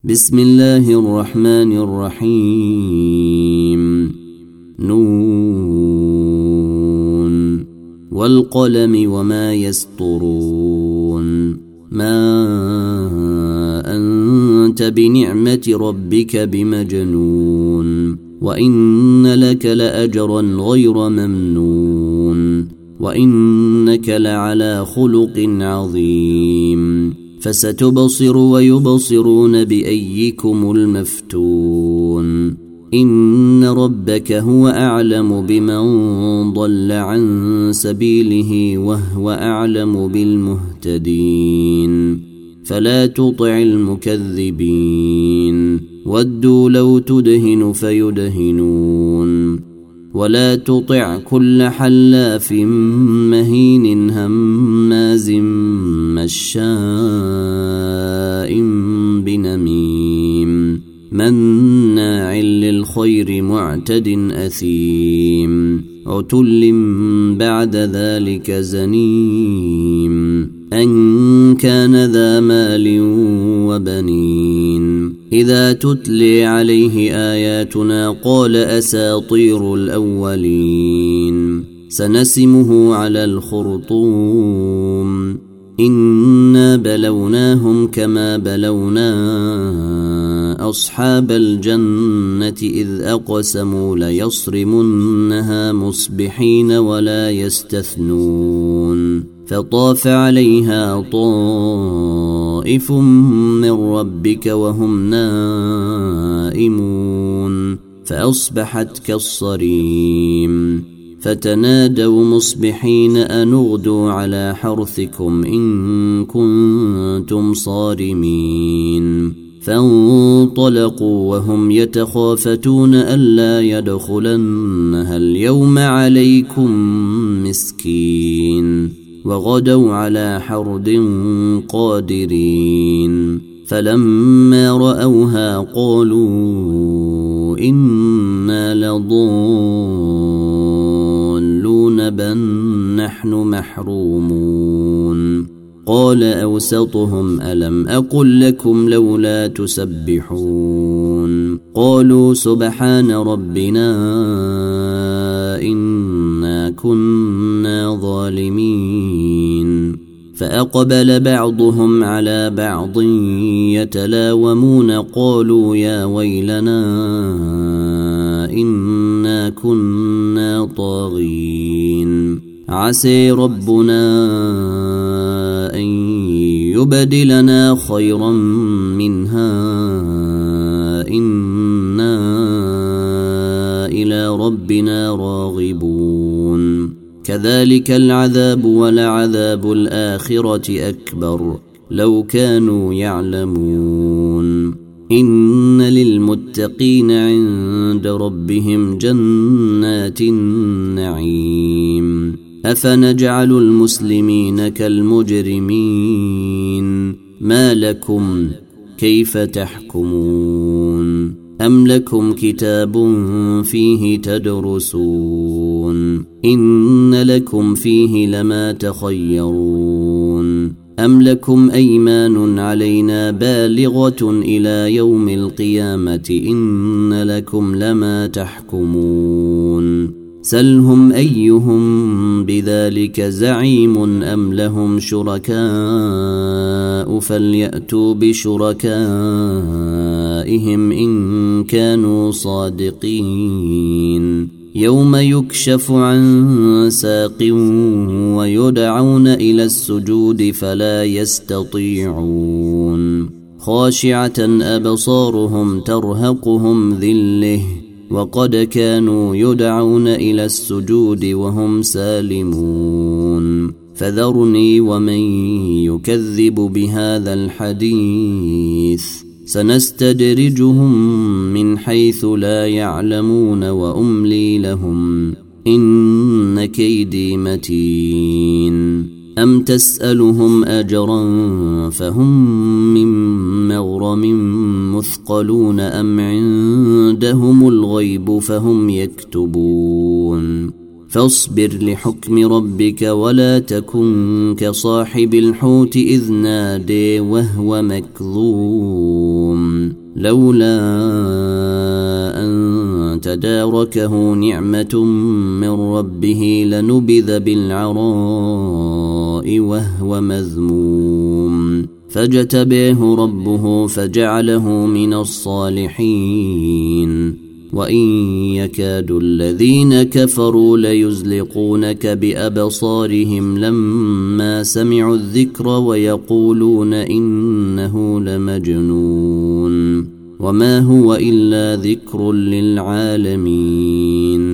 بسم الله الرحمن الرحيم نون والقلم وما يسطرون ما أنت بنعمة ربك بمجنون وإن لك لأجرا غير ممنون وإنك لعلى خلق عظيم فستبصر ويبصرون بأيكم المفتون إن ربك هو أعلم بمن ضل عن سبيله وهو أعلم بالمهتدين فلا تطع المكذبين ودوا لو تدهن فيدهنون ولا تطع كل حلاف مهين هماز مشاء بنميم مناع للخير معتد أثيم عتل بعد ذلك زنيم أن كان ذا مال وبنين إذا تتلي عليه آياتنا قال أساطير الأولين سنسمه على الخرطوم إنا بلوناهم كما بلونا أصحاب الجنة إذ أقسموا ليصرمنها مصبحين ولا يستثنون فطاف عليها طائف من ربك وهم نائمون فأصبحت كالصريم فتنادوا مصبحين أن اغدوا على حرثكم إن كنتم صارمين فانطلقوا وهم يتخافتون ألا يدخلنها اليوم عليكم مسكين وغدوا على حرد قادرين فلما رأوها قالوا إنا لضالون بل نحن محرومون قال أوسطهم ألم أقل لكم لولا تسبحون قالوا سبحان ربنا إنا كنا ظالمين فأقبل بعضهم على بعض يتلاومون قالوا يا ويلنا إنا كنا طاغين عسى ربنا أن يبدلنا خيرا منها إنا إلى ربنا راغبون كذلك العذاب ولعذاب الآخرة أكبر لو كانوا يعلمون إن للمتقين عند ربهم جنات النعيم أفنجعل المسلمين كالمجرمين ما لكم كيف تحكمون أم لكم كتاب فيه تدرسون إن لكم فيه لما تخيرون أم لكم أيمان علينا بالغة إلى يوم القيامة إن لكم لما تحكمون سلهم أيهم بذلك زعيم أم لهم شركاء فليأتوا بشركائهم إن كانوا صادقين يوم يكشف عن ساق ويدعون إلى السجود فلا يستطيعون خاشعة أبصارهم ترهقهم ذله وقد كانوا يدعون إلى السجود وهم سالمون فذرني ومن يكذب بهذا الحديث سنستدرجهم من حيث لا يعلمون وأملي لهم إن كيدي متين أم تسألهم أجرا فهم من مغرم مثقلون أم عندهم الغيب فهم يكتبون فاصبر لحكم ربك ولا تكن كصاحب الحوت إذ نادي وهو مكظوم لولا أن تداركه نعمة من ربه لنبذ بالعراء وهو مذموم فاجتبيه ربه فجعله من الصالحين وإن يكاد الذين كفروا ليزلقونك بأبصارهم لما سمعوا الذكر ويقولون إنه لمجنون وما هو إلا ذكر للعالمين